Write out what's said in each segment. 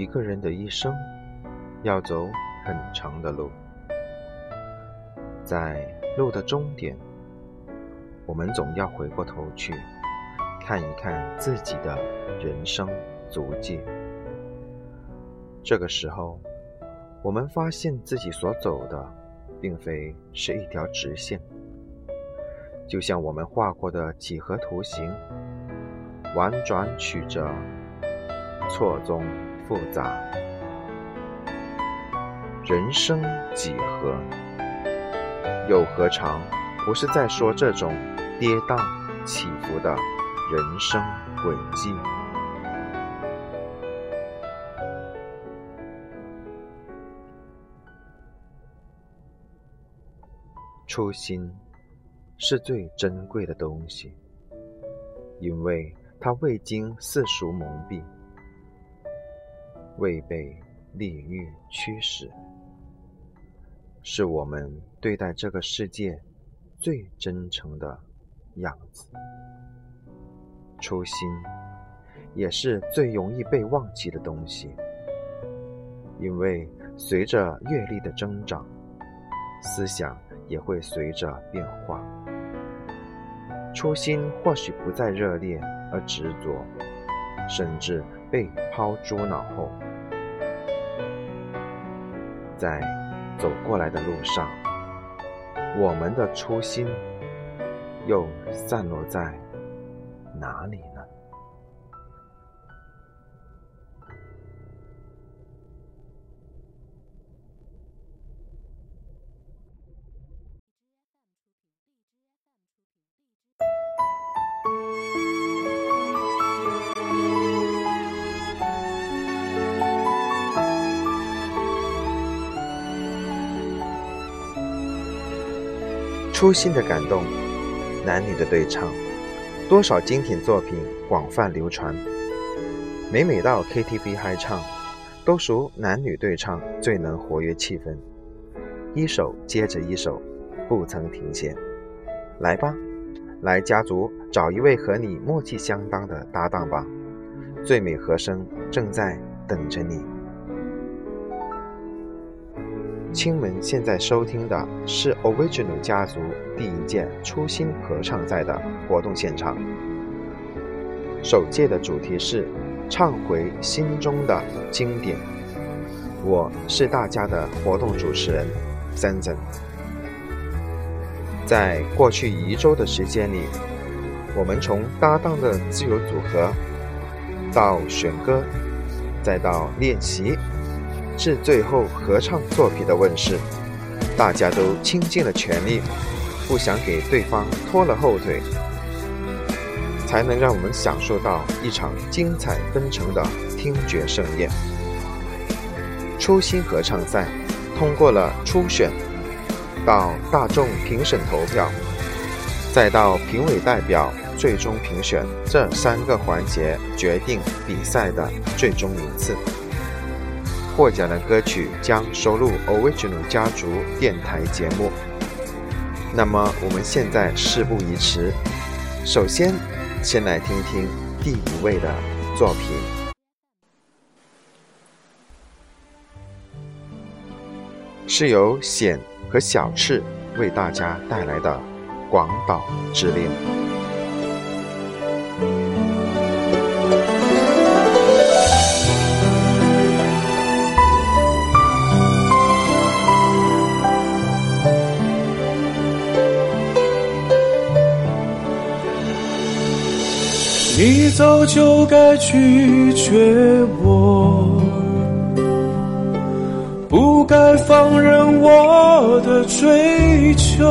一个人的一生要走很长的路，在路的终点，我们总要回过头去看一看自己的人生足迹。这个时候，我们发现自己所走的并非是一条直线，就像我们画过的几何图形，婉转曲折，错综复杂。人生几何，又何尝不是在说这种跌宕起伏的人生轨迹？初心是最珍贵的东西，因为它未经世俗蒙蔽，未被利欲驱使，是我们对待这个世界最真诚的样子。初心也是最容易被忘记的东西，因为随着阅历的增长，思想也会随着变化。初心或许不再热烈而执着，甚至被抛诸脑后。在走过来的路上，我们的初心又散落在哪里呢？初心的感动，男女的对唱，多少经典作品广泛流传。每到 KTV 嗨唱，都属男女对唱最能活跃气氛，一首接着一首，不曾停歇。来吧，来家族找一位和你默契相当的搭档吧，最美和声正在等着你。亲们现在收听的是 Original 家族第一届初心合唱赛的活动现场。首届的主题是唱回心中的经典。我是大家的活动主持人森森。在过去1周的时间里，我们从搭档的自由组合到选歌，再到练习，至最后合唱作品的问世，大家都倾尽了全力，不想给对方拖了后腿，才能让我们享受到一场精彩纷呈的听觉盛宴。初心合唱赛通过了初选，到大众评审投票，再到评委代表最终评选，这3个环节决定比赛的最终名次。获奖的歌曲将收录 Original 家族电台节目。那么我们现在事不宜迟，首先先来听听第1位的作品，是由显和小赤为大家带来的《广岛之恋》。 你早就该拒绝我，不该放任我的追求，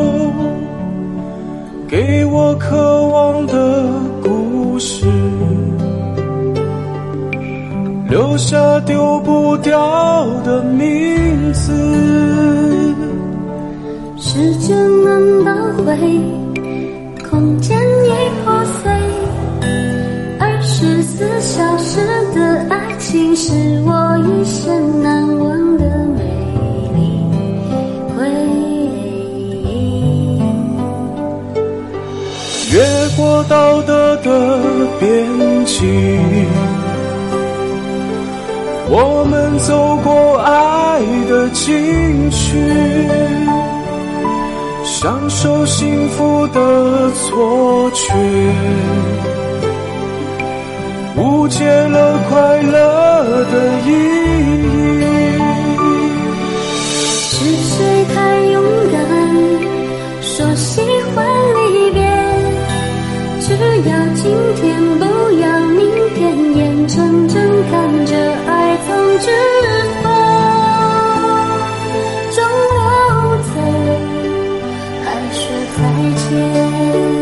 给我渴望的故事，留下丢不掉的名字。 时间能倒回，空间已破碎，24小时的爱情是我一生难忘的美丽回忆。 越过道德的边境， 我们走过爱的禁区，享受幸福的错觉，误解了快乐的意义。 是谁太勇敢，说喜欢离别？只要今天，不要明天，眼睁睁看着爱从指缝中流走，还说再见。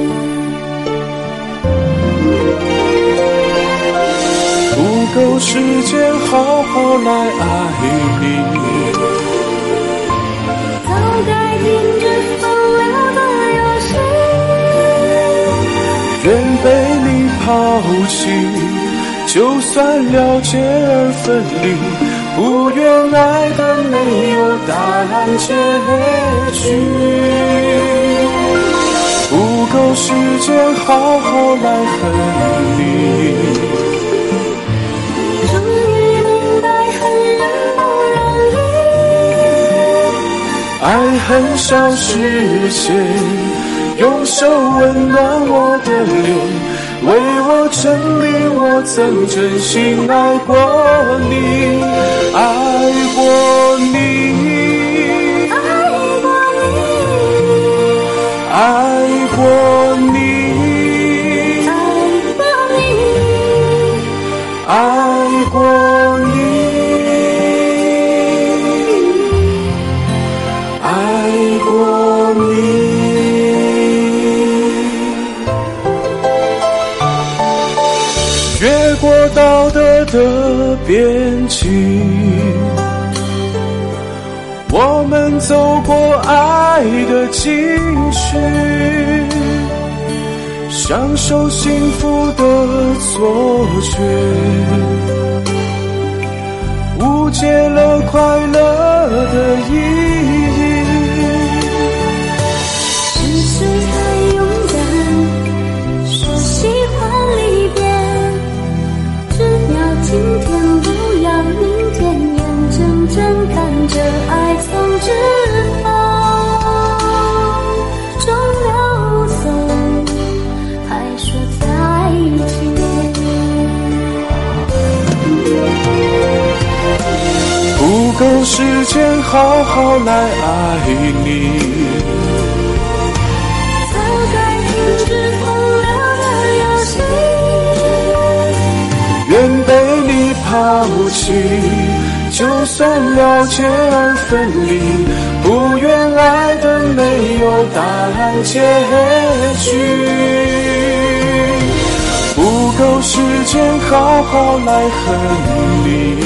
不够时间好好来爱你， 早该停止风流的游戏， 愿被你抛弃，就算了解而分离，不愿爱的没有答案结局。不够时间好好来恨你， 终于明白恨人不容易， 爱恨消失前，用手温暖我的脸，为我证明我曾真心爱过你，爱过你，爱过你，爱过你，爱过你。越过道德的边境，我们走过爱的禁区，享受幸福的错觉，误解了快乐的意义。 是谁太勇敢，说喜欢离别？只要今天，不要明天，眼睁睁看着爱从指缝中流走，还说再见。 不够时间好好来爱你， 早该停止风流的游戏， 愿被你抛弃，就算了解而分离，不愿爱的没有答案结局。不够时间好好来恨你，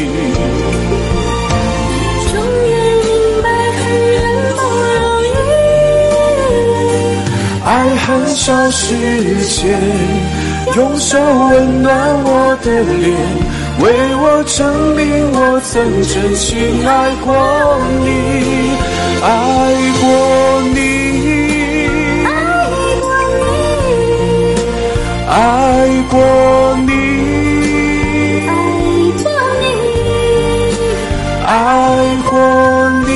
终于明白恨人不容易， 爱恨消失前，用手温暖我的脸，为我证明我曾真心爱过你，爱过你，爱过你，爱过你，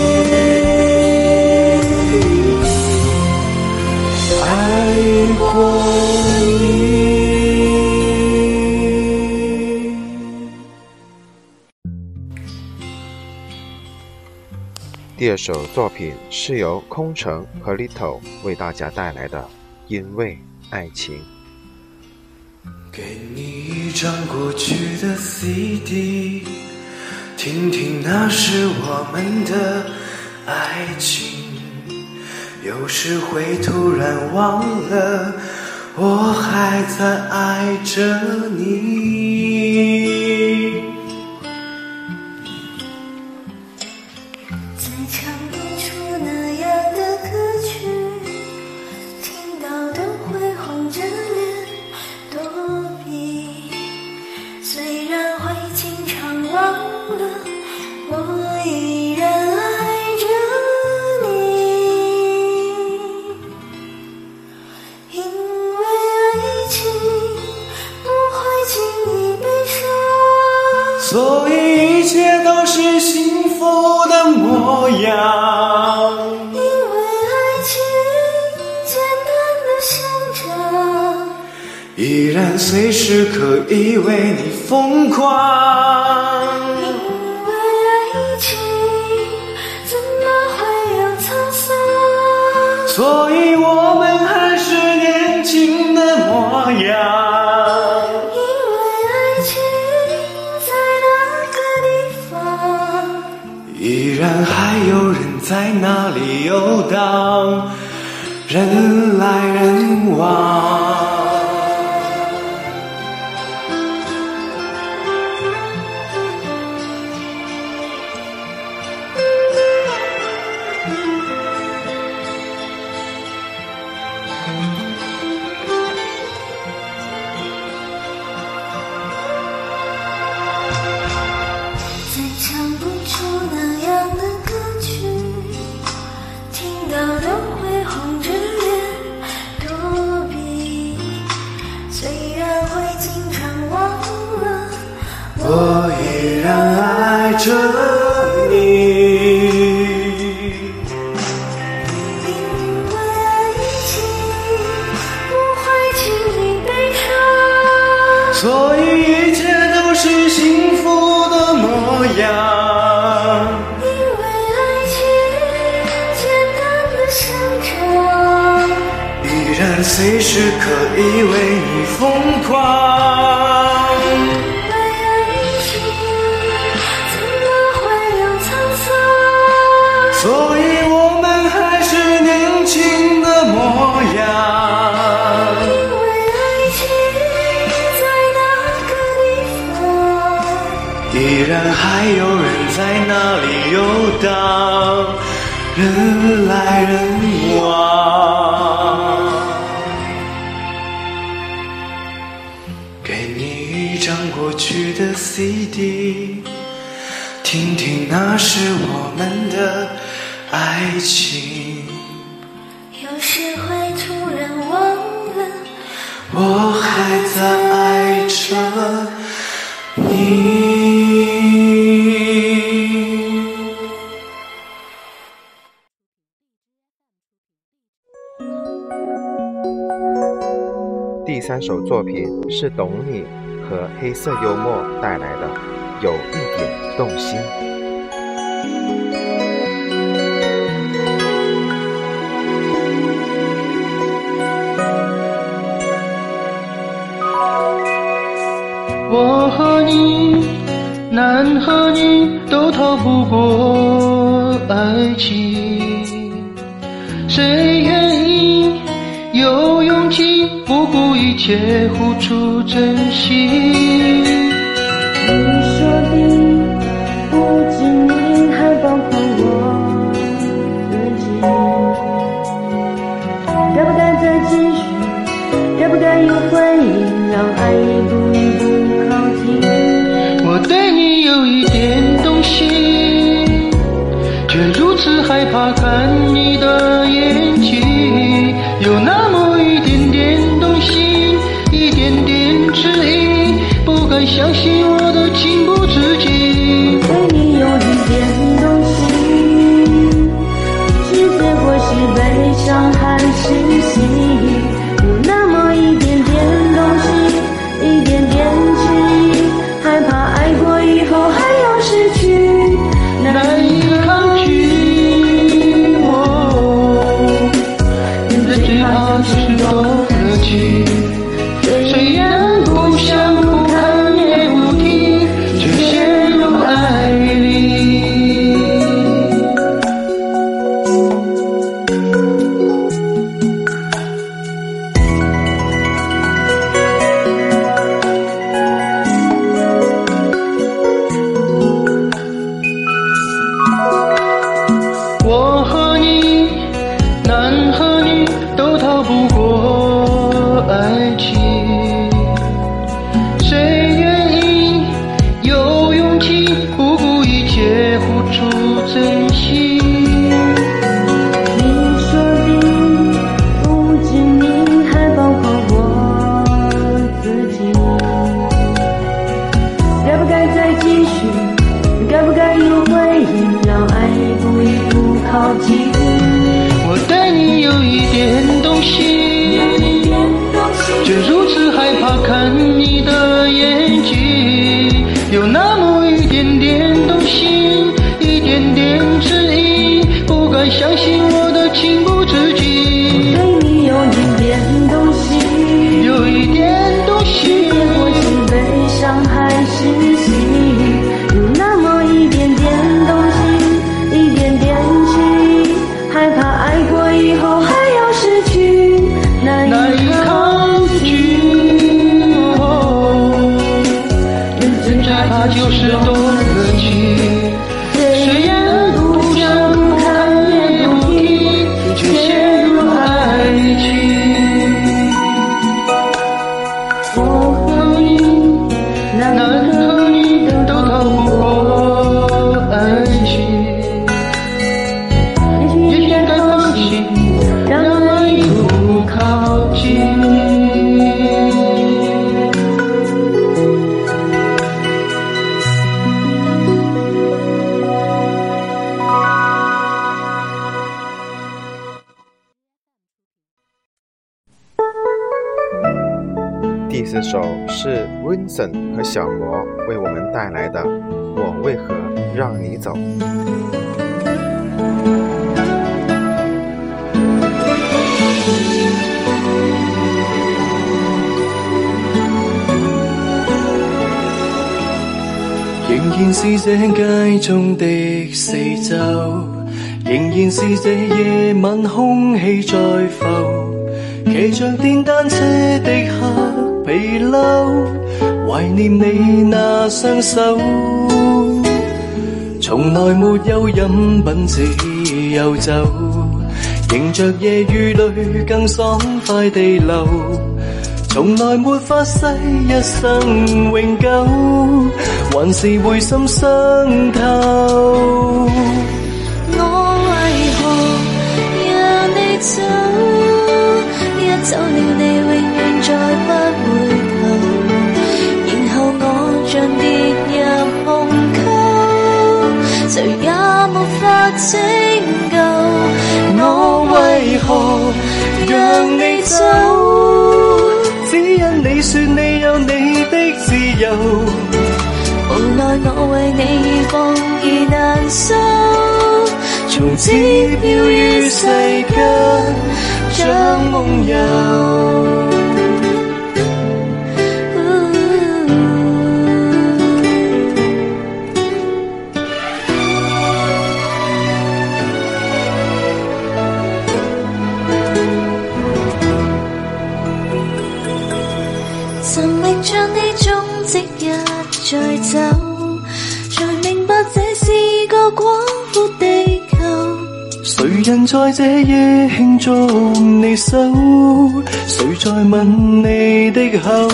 爱过你。 第二首作品是由空城和 Little 为大家带来的《因为爱情》。 给你一张过去的 CD， 听听那是我们的爱情，有时会突然忘了我还在爱着你。 再唱不出那样的歌曲，听到都会红着脸躲避，虽然会经常忘了我依然爱着你，因为爱情不会轻易被说， 所以都是幸福的模样。 因为爱情简单的想着， 依然随时可以为你疯狂。 因为爱情怎么会有沧桑？ 所以我们还是年轻的模样。 因为爱情在那个地方， 依然还有人在那里游荡，人来人往。 再唱不出那样的歌曲，听到都会红着脸躲避。虽然会经常忘了， 我依然爱着你。 因为爱情不会轻易悲伤， 所以一切都是幸福的模样。 因为爱情简单的想着， 依然随时可以为你疯狂。 因为爱情怎么会有沧桑？ 所以我们还是年轻的模样。 因为爱情在那个地方， 依然还有人在那里游荡，人来人往。给你一张过去的 CD， 听听那是我们的爱情。 有时会突然忘了， 我还在爱着你。 第三首作品是懂你和黑色幽默带来的有一点动心。 我和你，男和女都逃不过爱情，谁愿意有勇气不顾一切付出真心？ 你说的不止你，还包括我自己。该不该再继续？该不该有回应？让爱一步一步靠近。 我对你有一点动心，却如此害怕看你的眼睛，有那么一点点动心，一点点迟疑，不敢相信我的情不自禁。 对你有一点动心，不知结果是悲伤还是喜，有那么一点点动心，一点点迟疑，害怕爱过以后还要失去， 难以抗拒。人的最怕就是动了情，虽然不想不看也不听，却陷入爱里。我和你，男和女都逃不过爱情，谁愿意有勇气不顾一切付出真心？ 你说的不止你，还包括我自己。该不该再继续？该该不该有回应，让爱一步一步靠近？ 我对你有一点动心，却如此害怕看你的眼睛，有那么一点点动心，一点点迟疑，不敢相信我的情不自禁。 对你有一点动心， 有一点动心， 我是悲伤还是喜？有那么一点点动心，一点点迟疑，害怕爱过以后还要失去，难以抗拒。 人最怕就是多了情，虽然不想不看也不听，却陷入爱情。 我和你，男和女都逃不过爱情。 也许该放弃，让爱一步靠近。 第4首是 Vincent 和小魔为我们带来的《我为何让你走》。 仍然是這街中的四周，仍然是這夜晚空氣在浮，騎着電單車的黑皮褸，懷念你那雙手，從來沒有飲品只有酒，迎着夜雨裏更爽快地流，從來沒發誓一生永久，還是會心傷透。 我為何讓你走？一走了你永遠再不回頭，然後我像跌入虹溝，誰也沒法拯救。我為何讓你走？ 只因你說你有你的自由， 無奈我為你而放而難收，從此飄於世間像夢遊。曾明像呢種即日再走，才明白這是個廣闊地球。 誰人在這夜輕觸你手？誰在吻你的口？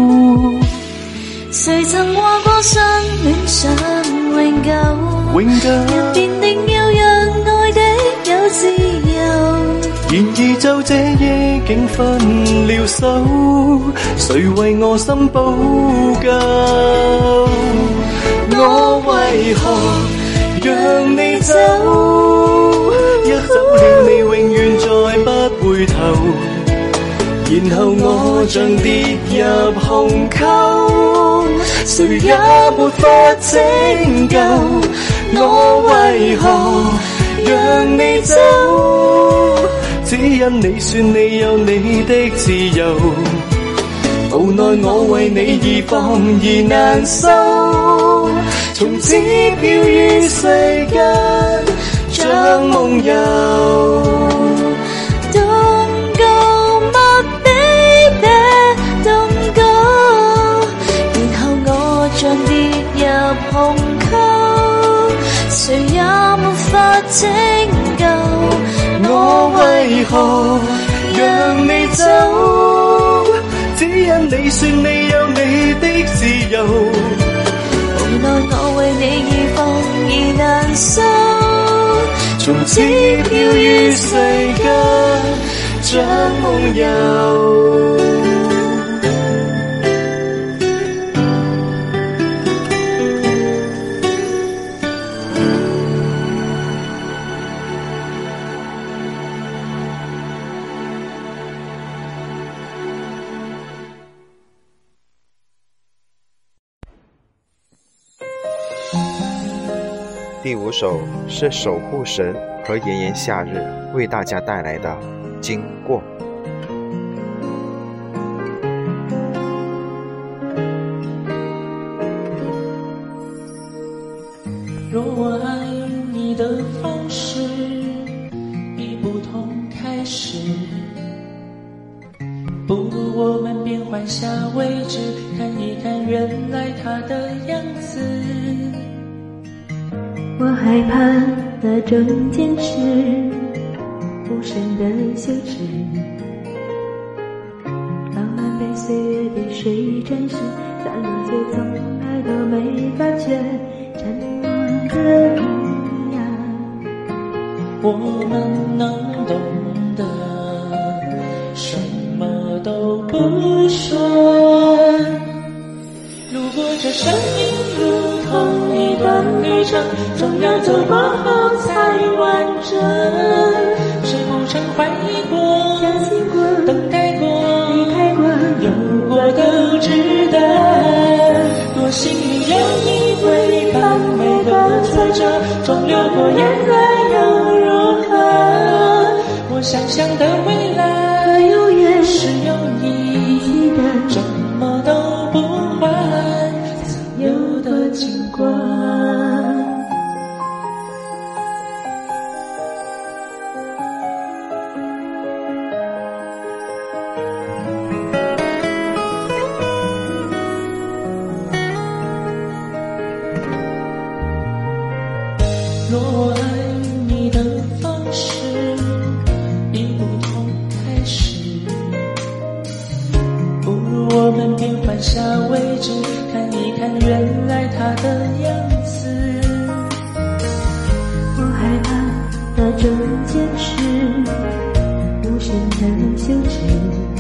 誰曾話過相戀想永久？ 永久人便定要讓愛的有自由。 然而就這夜竟分了手，誰為我心補救？我為何讓你走？一走了你永遠再不回頭，然後我像跌入虹溝，誰也沒法拯救。我為何讓你走？只因你說你有你的自由，無奈我為你而放而難收，從此飄於世間像夢遊。 Don't go my baby, don't go。然後我像跌入虹溝，誰也沒法拯救。 我為何讓你走？只因你說你有你的自由， 無奈我為你而放而難收， 從此飄於世間像夢遊。 第5首是守护神和炎炎夏日为大家带来的经过。 若我爱你的方式已不同开始，不如我们变换下位置，看一看原来它的样子。 我害怕那种坚持，无声的羞耻，浪漫被岁月的水沾湿，散落却从来都没发觉，沉默的你呀。 我们能懂得，什么都不说。如果这生命如同一段旅程，总要走过后才完整。谁不曾怀疑过、 相信过、 等待过、 离开过， 有过都值得。多幸运有你陪伴，每个挫折中流过眼泪又如何？我想象的未来永远是有你记得， 什么都不换曾有的经过。若我爱你的方式已不同开始，不如我们变换下位置，看一看原来它的样子。 我害怕那种坚持，无声的羞耻，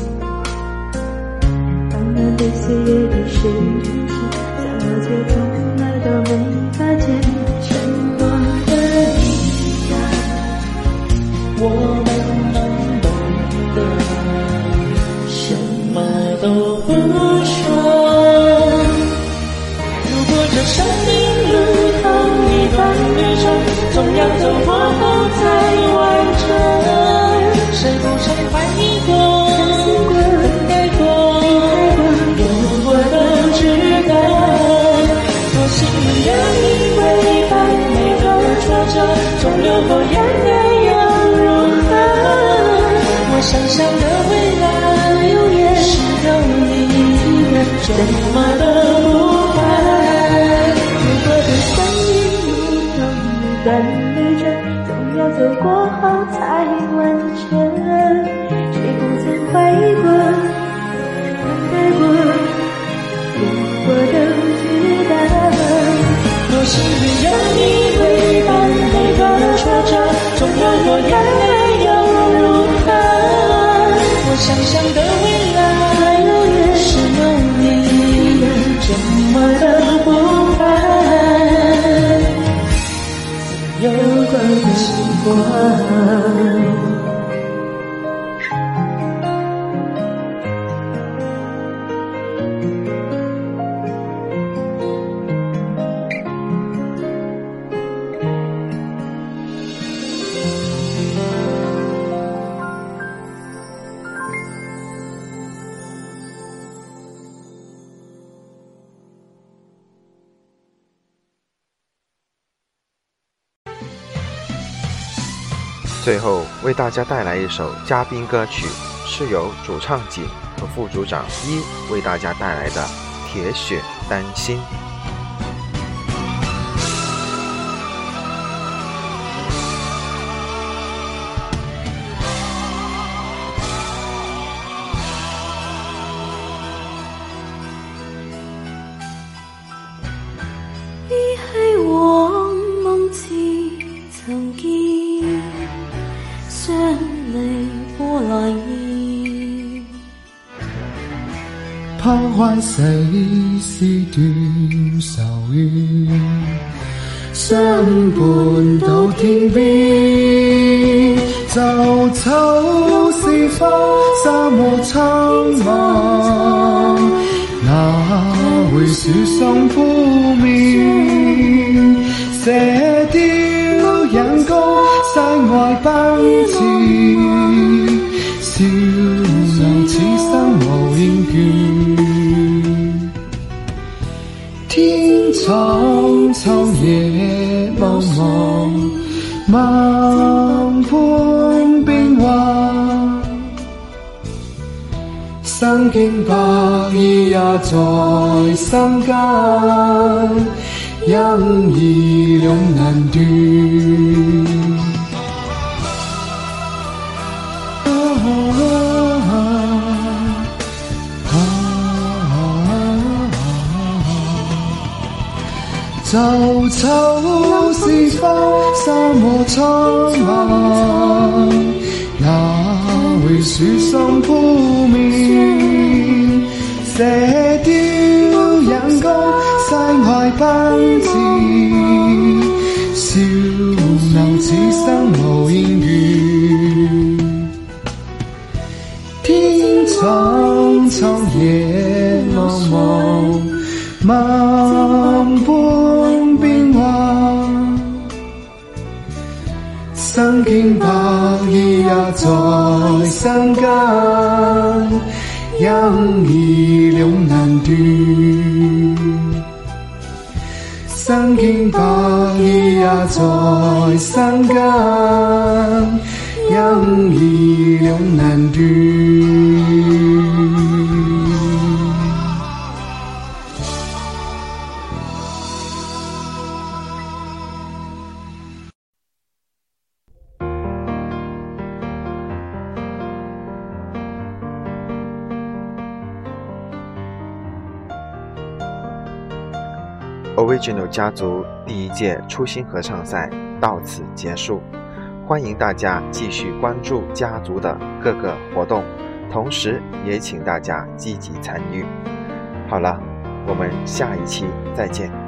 浪漫被岁月的水沾湿，散落却从来都没发觉，沉默的你呀。 我们能懂得，什么都不说。如果这生命如同一段旅程，总要走过后才完成。谁不曾怀疑过、等待过、有过都值得。多幸运有你陪伴，每个挫折中流过眼泪又如何？我想象的未来永远是有你，什么都不换。 如果这生命如同一段旅程，总要走过后才完成。谁不曾怀疑过、等待过、有过都值得。 多幸运有你陪伴，每个挫折中流过眼泪又如何？我想象的未来永远是有你，什么都不换曾有过的经过。 最后为大家带来一首嘉宾歌曲，是由主唱景和副组长一为大家带来的《铁血丹心》。 你喺往夢前曾見，相離過來意。 拋開死絲斷愁怨，相伴到天邊。就醜是花，沙漠蒼茫，哪會樹上鋪面？射雕世外奔驰，笑留此生無厭倦。天蒼蒼，野茫茫，萬般變幻。身經百意也在心間，因義兩難斷。就秋是風，沙漠蒼茫，也會樹心鋪面。射雕眼光，世外奔馳，笑留此生無厭倦。天蒼蒼，野茫茫，萬般變幻。身經百意也在心間，因義兩難斷。身經百意也在心間，因義兩難斷。 Original 家族第1届初心合唱赛到此结束，欢迎大家继续关注家族的各个活动，同时也请大家积极参与。好了，我们下一期再见。